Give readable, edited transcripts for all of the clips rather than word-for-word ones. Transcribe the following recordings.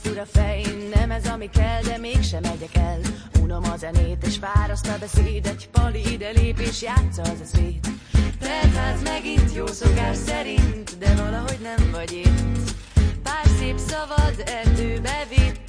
fura fej, nem ez ami kell, de mégsem megyek el. Unom a zenét és fáraszt a beszéd, egy pali ide lép és játsza az eszét. Teltház megint jó szokás szerint, de valahogy nem vagy itt. Pár szép szavad erdőbe vitt.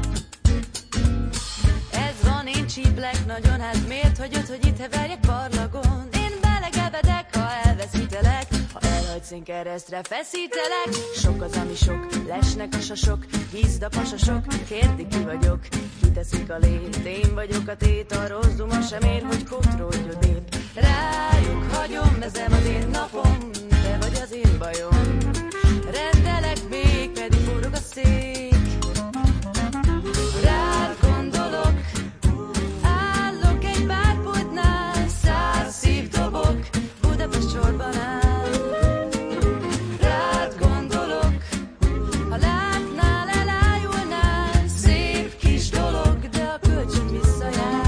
Ez van, én csíplek nagyon, hát miért hagyod, hogy itt heverjek parlagon? Én belegebedek, ha elveszítelek, ha elhagysz, én keresztre feszítelek. Sok az, ami sok, lesnek a sasok, hízd a pasasok, kérdik ki vagyok, kiteszik a lét. Én vagyok a tét, a rossz duma sem ér, hogy kótródj odébb. Rájuk hagyom, ezem az én napom, te vagy az én bajom. Rendelek még, pedig forog a szék. Rád gondolok, állok egy bárpultnál, 100 szív dobok, Budapest sorban áll. Rád gondolok, ha látnál, elájulnál, szép kis dolog, de a kölcsön visszajár.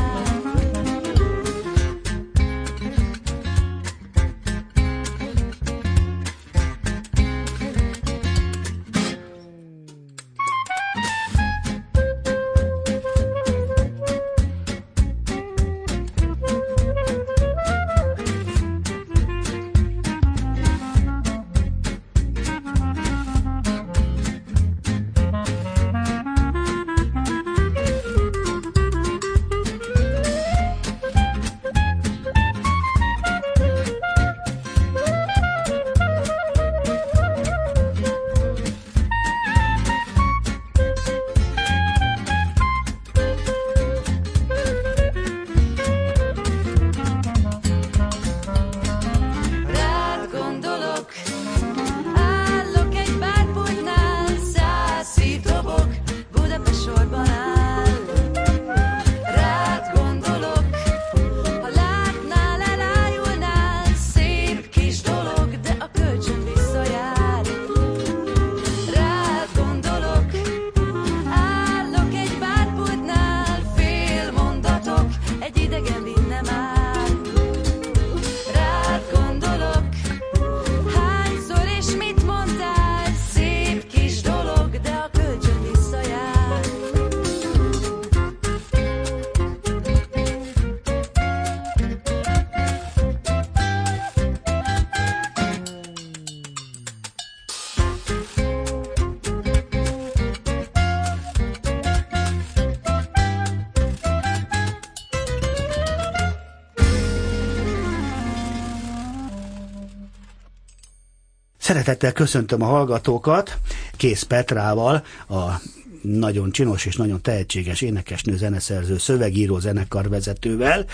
Szeretettel köszöntöm a hallgatókat, Kész Petrával, a nagyon csinos és nagyon tehetséges énekesnő, zeneszerző, szövegíró, zenekarvezetővel,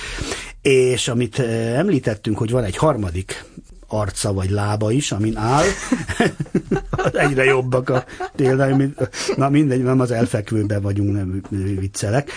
és amit említettünk, hogy van egy harmadik arca vagy lába is, amin áll. Egyre jobbak a például, na mindegy, nem az elfekvőben vagyunk, nem viccelek.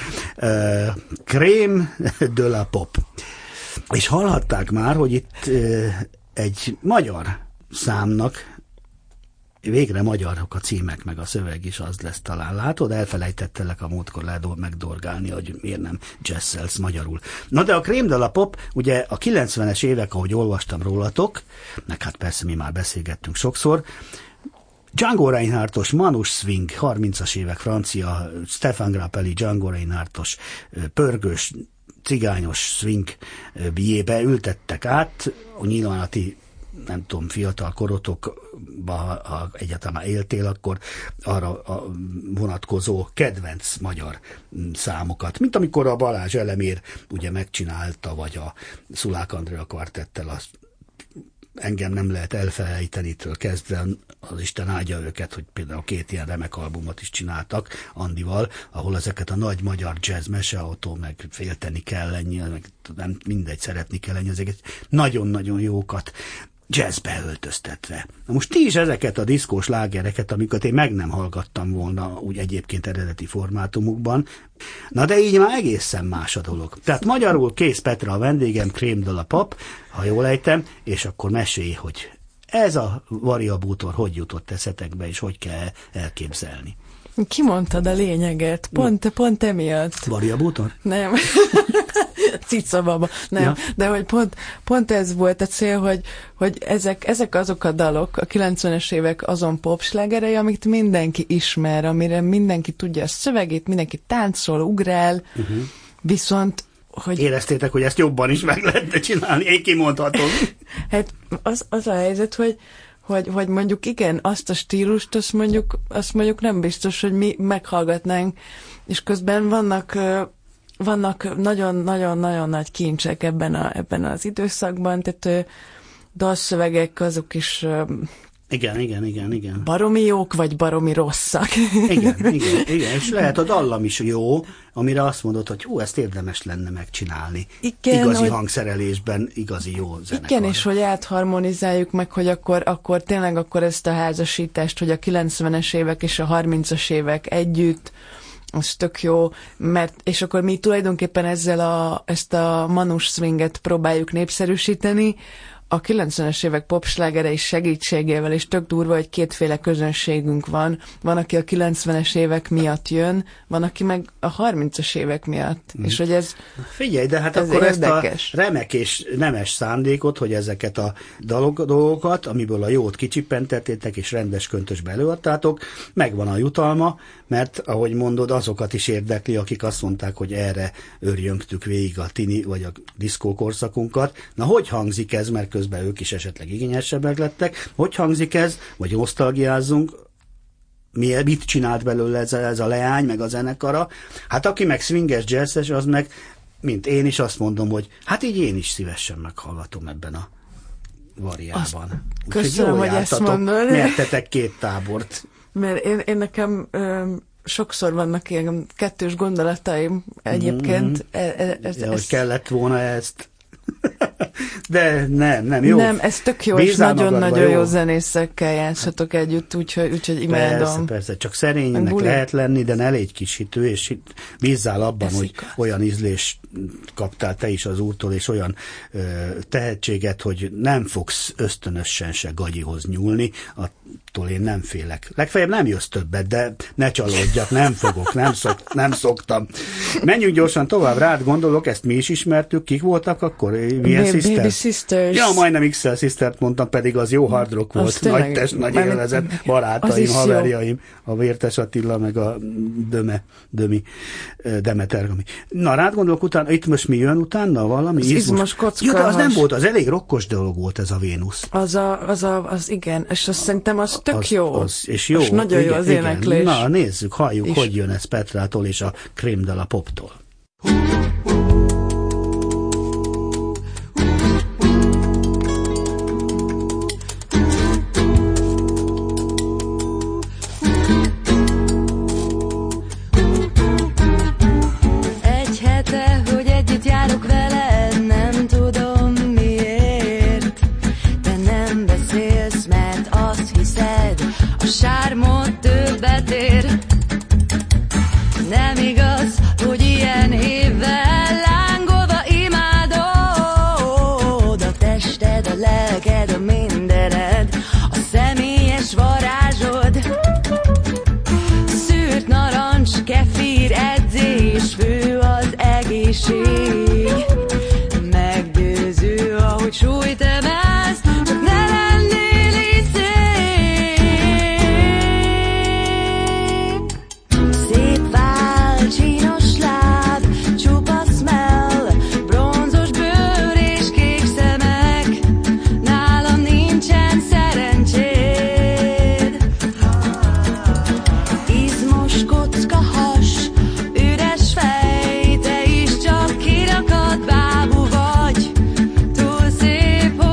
Crème de la Pop. És hallhatták már, hogy itt egy magyar számnak végre magyarok a címek, meg a szöveg is az lesz talán. Látod, elfelejtettelek a múltkor megdorgálni, hogy miért nem jazzelsz magyarul. Na de a Crème de la Pop, ugye a 90-es évek, ahogy olvastam rólatok, meg hát persze mi már beszélgettünk sokszor, Django Reinhardtos Manus Swing, 30-as évek francia, Stéphane Grappelli, Django Reinhardtos pörgős, cigányos swing biébe ültettek át, nyilván a ti nem tudom, fiatal korotokban, ha egyáltalán éltél, akkor arra a vonatkozó kedvenc magyar számokat, mint amikor a Balázs Elemér ugye megcsinálta, vagy a Szulák Andrea kvartettel az Engem nem lehet elfelejtenitől kezdve, az Isten áldja őket, hogy például 2 ilyen remek albumot is csináltak Andival, ahol ezeket a nagy magyar jazz, Meseautó, meg Félteni kell ennyi, meg nem mindegy, szeretni kell ennyi, ezeket nagyon-nagyon jókat jazzbe öltöztetve. Na most ti is ezeket a diszkós lágereket, amiket én meg nem hallgattam volna úgy egyébként eredeti formátumukban, na de így már egészen más a dolog. Tehát magyarul Kész Petra a vendégem, Crème de la Pop, ha jól ejtem, és akkor mesélj, hogy ez a variabútor hogy jutott eszetekbe, és hogy kell elképzelni. Kimondtad a lényeget, pont emiatt. Variabútor? Nem. Cicababa. Nem, ja. De hogy pont ez volt a cél, hogy ezek azok a dalok, a 90-es évek azon popslágerei, amit mindenki ismer, amire mindenki tudja a szövegét, mindenki táncol, ugrál, viszont hogy... Éreztétek, hogy ezt jobban is meg lehetne csinálni, én kimondhatom. Hát az a helyzet, hogy mondjuk igen, azt a stílust, azt mondjuk nem biztos, hogy mi meghallgatnánk, és közben vannak nagyon-nagyon nagy kincsek ebben az időszakban, tehát dalszövegek azok is igen. baromi jók, vagy baromi rosszak. Igen, és lehet a dallam is jó, amire azt mondod, hogy ezt érdemes lenne megcsinálni. Igen, igazi hangszerelésben, igazi jó zenekar. Igen, és hogy átharmonizáljuk meg, hogy akkor tényleg ezt a házasítást, hogy a 90-es évek és a 30-as évek együtt, az tök jó, és akkor mi tulajdonképpen ezt a manus swinget próbáljuk népszerűsíteni, a 90-es évek popslágerei segítségével, és tök durva, hogy kétféle közönségünk van. Van, aki a 90-es évek miatt jön, van, aki meg a 30-as évek miatt. És hogy ez figyelj, de hát akkor érdekes. Ezt a remek és nemes szándékot, hogy ezeket a dolgokat, amiből a jót kicsippentettétek, és rendes köntösbe előadtátok, megvan a jutalma, mert, ahogy mondod, azokat is érdekli, akik azt mondták, hogy erre örjöngtük végig a tini vagy a diszkókorszakunkat. Na, hogy hangzik ez, mert közben ők is esetleg igényesebbek lettek. Hogy hangzik ez, vagy nosztalgiázzunk, mit csinált belőle ez a leány, meg a zenekara. Hát aki meg swinges, jazzes, az meg, mint én is azt mondom, hogy hát így én is szívesen meghallgatom ebben a variában. Köszönöm, hogy ezt mondod. Nyertetek két tábort. Mert én nekem sokszor vannak ilyen kettős gondolataim egyébként. Hogy kellett volna ezt. De nem, jó. Nem, ez tök jó, és nagyon-nagyon jó zenészekkel játszhatok együtt, úgyhogy imádom. Persze, csak szerénynek lehet lenni, de ne légy kis hitű, és bízzál abban, ez hogy igaz. Olyan ízlést kaptál te is az Úrtól, és olyan tehetséget, hogy nem fogsz ösztönösen se gagyihoz nyúlni, attól én nem félek. Legfeljebb nem jössz többet, de ne csalódjak, nem fogok, nem szoktam. Menjünk gyorsan tovább, rád gondolok, ezt mi is ismertük, kik voltak akkor? Baby Sisters. Ja, majdnem XL Sistert mondtam, pedig az jó hard rock volt. Nagy test, nagy élvezet, barátaim, haverjaim, a Vértes Attila, meg a Demeter. Na, rád gondolok utána, itt most mi jön utána? Valami izmos kocka. Ja, de az nem volt, az elég rokkos dolog volt ez a Vénusz. Az igen, és azt szerintem az tök jó. És jó. És nagyon jó az éneklés. Na, nézzük, halljuk, hogy jön ez Petrától és a Crème de la Poptól. Nem igaz, hogy ilyen évvel lángolva imádod a tested, a lelked, a mindened, a személyes varázsod. Szűrt narancs, kefír, edzés, fő az egészség. Meggyőző, ahogy súlyt emelsz, csak ne lennél így szép. Szép vál, csinos láb, csupa smell, bronzos bőr és kék szemek, nálam nincsen szerencséd. Izmos kocka has, üres fej, te is csak kirakat bábú vagy, túl szép,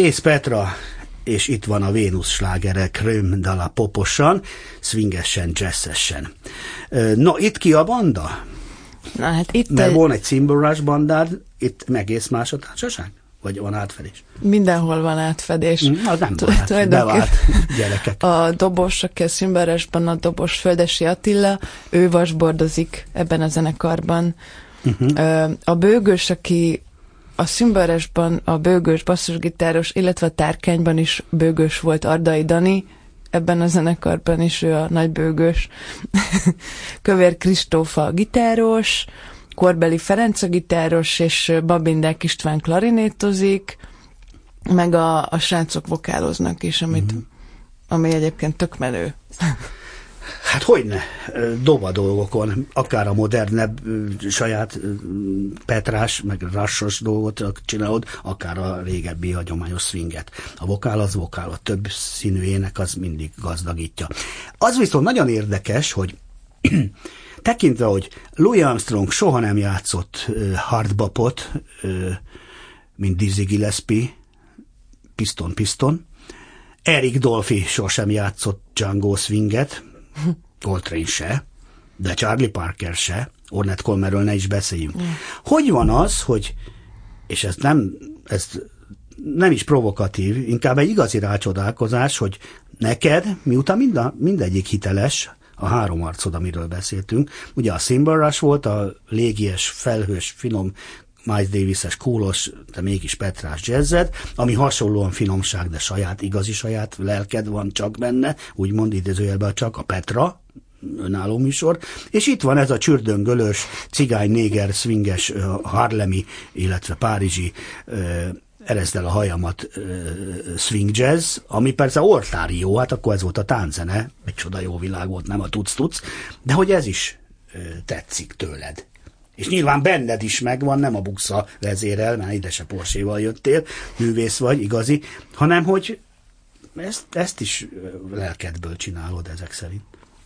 Kész Petra, és itt van a Vénusz slágerek Kröm-dala poposan, swingesen, jazzesen. Na, itt ki a banda? Na, hát itt Mert van egy Cymbal Rush bandád, itt egész más a társaság? Vagy van átfedés? Mindenhol van átfedés. Az nem van bevált gyerekek. A dobos, aki a Cymbal Rushban, a dobos Földesi Attila, ő vasbordozik ebben a zenekarban. A bőgős, aki a Cymbal Rushban a bőgős basszusgitáros, illetve a Tárkányban is bőgős volt, Ardai Dani, ebben a zenekarban is ő a nagy bőgős. Kövér Kristóf a gitáros, Korbeli Ferenc a gitáros, és Babindák István klarinétozik, meg a srácok vokáloznak is, ami egyébként tök menő. Hát hogyne, dob dolgokon, akár a modernebb saját Petrás, meg rassos dolgot csinálod, akár a régebbi hagyományos swinget. A vokál az vokál, a több színű ének az mindig gazdagítja. Az viszont nagyon érdekes, hogy tekintve, hogy Louis Armstrong soha nem játszott hardbopot, mint Dizzy Gillespie, piston, Eric Dolphy sosem játszott Django swinget, Coltrane se, de Charlie Parker se, Ornette Colemanről ne is beszéljünk. Hogy van az, hogy, és ez nem is provokatív, inkább egy igazi rácsodálkozás, hogy neked, miután mindegyik hiteles, a három arcod, amiről beszéltünk, ugye a Cymbal Rush volt, a légies, felhős, finom, Miles Davis-es, kólos, de mégis Petrás jazzed, ami hasonlóan finomság, de igazi saját lelked van csak benne, úgymond idézőjelben csak a Petra, önálló műsor, és itt van ez a csürdöngölös, cigány, néger, swinges, harlemi, illetve párizsi ereszd el a hajamat swing jazz, ami persze oltári jó, hát akkor ez volt a tánczene, egy csoda jó világ volt, nem a tuc-tuc, de hogy ez is tetszik tőled. És nyilván benned is megvan, nem a buksa vezérel, mert ide se Porséval jöttél, művész vagy, igazi, hanem hogy ezt is lelkedből csinálod ezek szerint.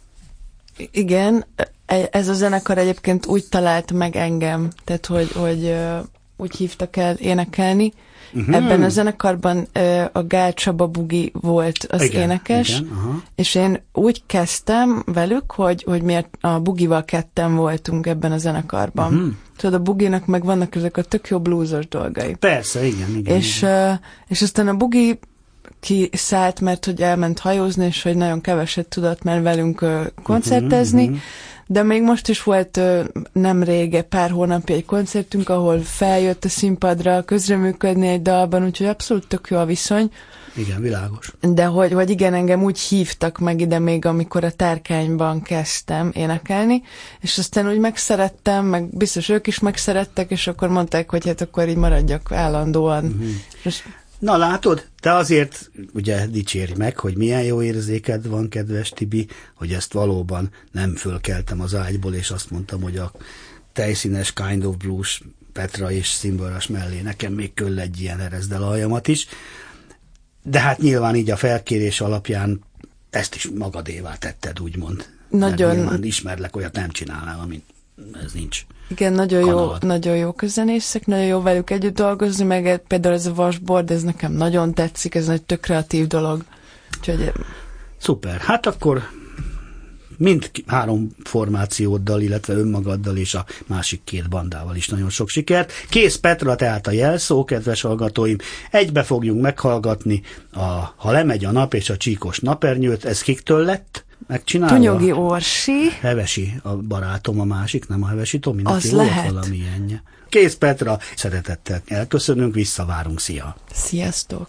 Igen, ez a zenekar egyébként úgy talált meg engem, tehát hogy úgy hívtak el énekelni. Ebben a zenekarban a Gál Csaba Bugi volt az énekes, és én úgy kezdtem velük, hogy miért a Bugival ketten voltunk ebben a zenekarban. Tudod, a Buginak meg vannak ezek a tök jó bluesos dolgai. Persze, igen. És aztán a Bugi kiszállt, mert hogy elment hajózni, és hogy nagyon keveset tudott már velünk koncertezni, de még most is volt nemrég, pár hónapja egy koncertünk, ahol feljött a színpadra közreműködni egy dalban, úgyhogy abszolút tök jó a viszony. Igen, világos. De hogy igen, engem úgy hívtak meg ide még, amikor a Tárkányban kezdtem énekelni, és aztán úgy megszerettem, meg biztos ők is megszerettek, és akkor mondták, hogy hát akkor így maradjak állandóan. És na látod, te azért ugye dicsérj meg, hogy milyen jó érzéked van, kedves Tibi, hogy ezt valóban nem fölkeltem az ágyból, és azt mondtam, hogy a tejszínes Kind of Blues Petra és Cymbal Rush mellé nekem még köll egy ilyen ereszd el a hajamat is. De hát nyilván így a felkérés alapján ezt is magadévá tetted, úgymond. Nagyon. Nyilván ismerlek, olyat nem csinálnám, amit ez nincs. Igen, nagyon jó zenészek, nagyon jó velük együtt dolgozni, meg például ez a vasbord, ez nekem nagyon tetszik, ez egy tök kreatív dolog. Úgyhogy... Szuper, hát akkor mind három formációddal, illetve önmagaddal és a másik két bandával is nagyon sok sikert. Kész Petra, tehát a jelszó, kedves hallgatóim. Egybe fogjunk meghallgatni Ha lemegy a nap és a csíkos napernyőt. Ez kiktől lett megcsinálva? Tunyogi Orsi. Hevesi a barátom, a másik, nem a Hevesi Tomi? Az lehet. Valami ilyenje. Kész Petra, szeretettel elköszönünk, visszavárunk, szia! Sziasztok!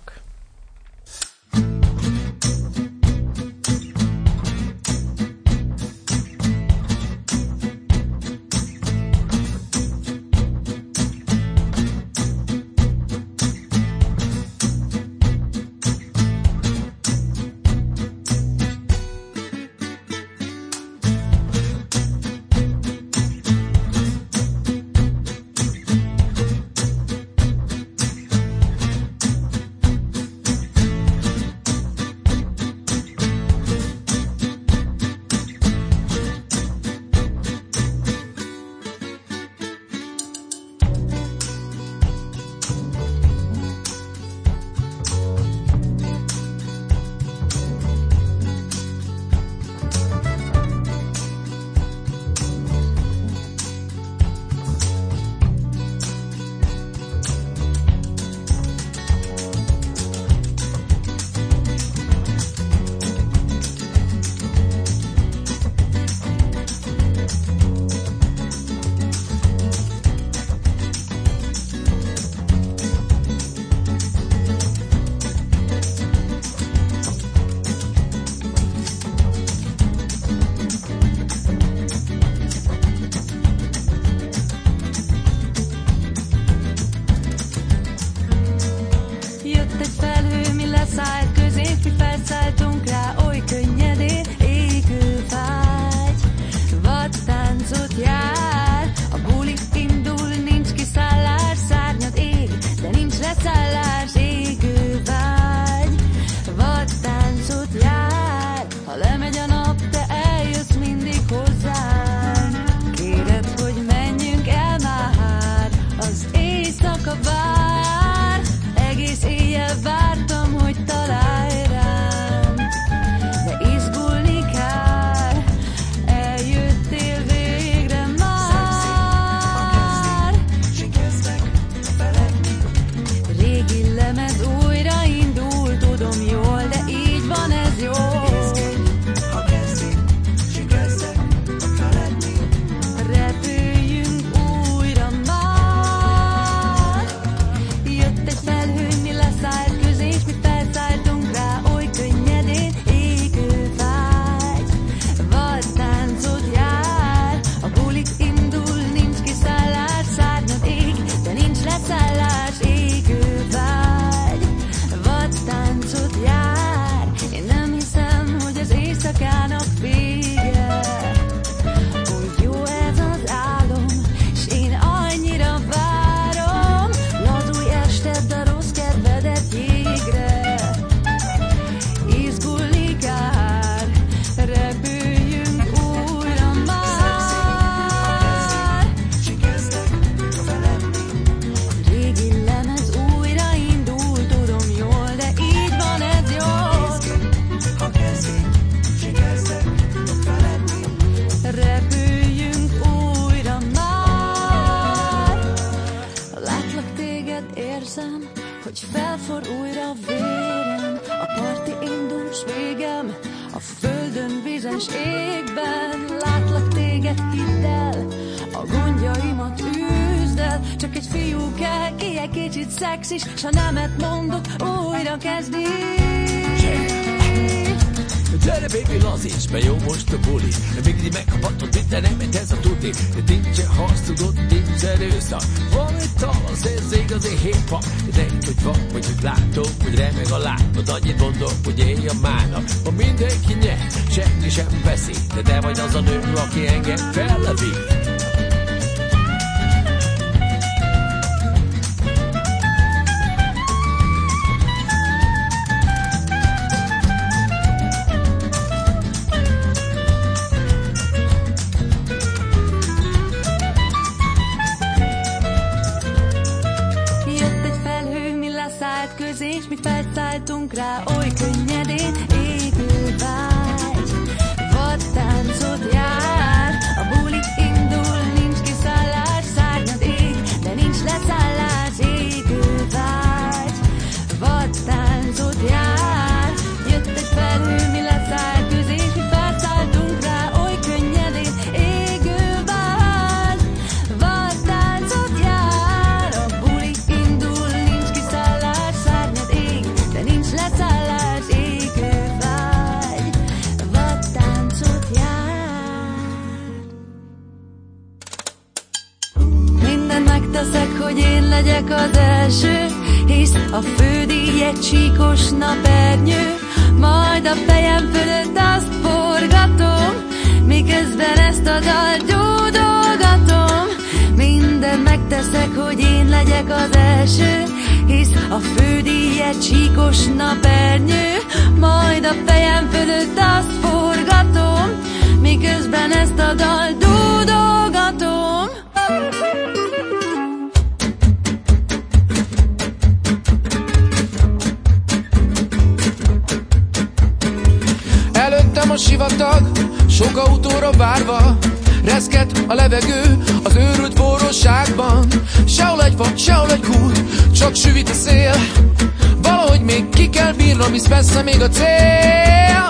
vizes égben, látlak téged, hidd el, a gondjaimat űzd el. Csak egy fiú kell, ki egy kicsit szexis, s ha nemet mondok, újra kezdi. Gyere baby, lazíts be, jó most a buli. Még megkaphatod, mint te nem ment ez a tuti. Nincsen harc, tudod, nincs erőszak. Van egy tavasz, ez igazi hip-hop. De itt, hogy van, hogy látom, hogy remeg a látod. Annyit mondok, hogy élj a mának. Ha mindenki nyer, senki sem veszi. De te vagy az a nő, aki engem fellevít. És mi felszálltunk rá oly könnyedén, égő vágy, vadtáncot jár. A buli indul, nincs kiszállás, szárnyad ég, de nincs leszállás, égő vágy, vadtáncot jár. Jött egy felhő, mi leszállt közé, mi felszálltunk rá oly könnyedén, égő vágy, vadtáncot jár. A buli indul, nincs kiszállás, de nincs leszállás, égő vágy, vadtáncot jár. Mindent megteszek, hogy én legyek az első, hisz a fődíj egy csíkos napernyő. Majd a fejem fölött azt forgatom, miközben ezt a dalt dúdolgatom. Mindent megteszek, hogy én legyek az első, hisz a fődíj egy csíkos napernyő. Majd a fejem fölött azt forgatom, miközben ezt a dalt dúdolgatom. Előttem a sivatag, sok autóra várva, reszket a levegő az őrült forróságban. Sehol egy fa, sehol egy kút, csak süvít a szél. Valahogy még ki kell bírnom, hisz messze még a cél.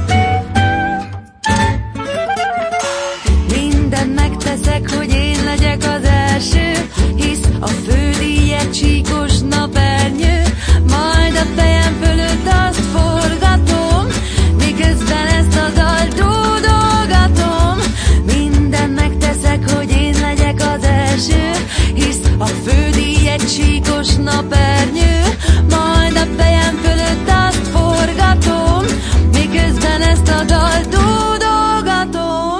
Mindent megteszek, hogy én legyek az első, hisz a fődíj egy csíkos napernyő. Majd a fejem fölött azt forgatom, miközben ezt a dalt dúdolgatom. Mindent megteszek, hogy én legyek az első, hisz a fődíj egy csíkos napernyő. Majd a fejem fölött azt forgatom, miközben ezt a dalt dúdolgatom.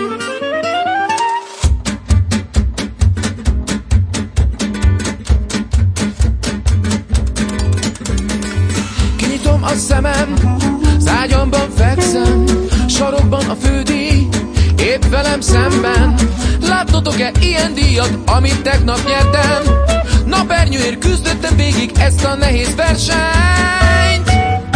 Kinyitom a szemem, az ágyamban fekszem, sarokban a fődíj, épp velem szemben. Látnotok-e ilyen díjat, amit tegnap nyertem? Napernyőért küzdöttem végig ezt a nehéz versenyt.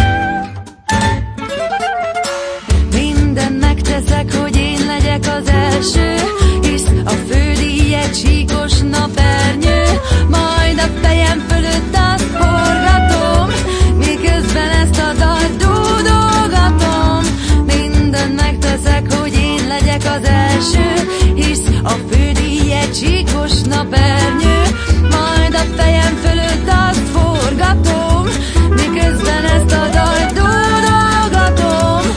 Mindent megteszek, hogy én legyek az első, hisz a fődíj egy csíkos napernyő. Majd a fejem fölött azt forgatom, miközben ezt a dalt dúdolgatom. Mindent megteszek, hogy én legyek az első, hisz a fődíj egy csíkos napernyő. Majd a fejem fölött azt forgatom, miközben ezt a dalt dúdolgatom.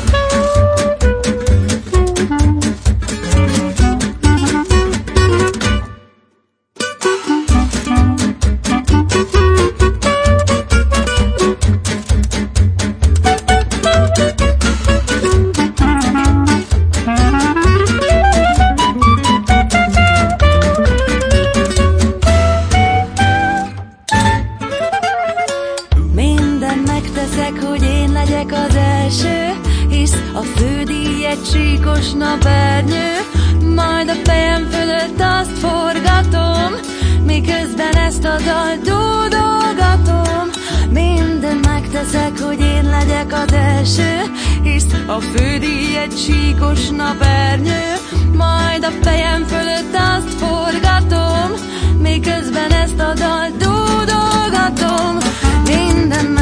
A fődíj egy csíkos napernyő. Majd a fejem fölött azt forgatom, miközben ezt a dalt dúdolgatom. Mindent megteszek, hogy én legyek az első, hisz a fődíj egy csíkos napernyő. Majd a fejem fölött azt forgatom, miközben ezt a dalt dúdolgatom. Minden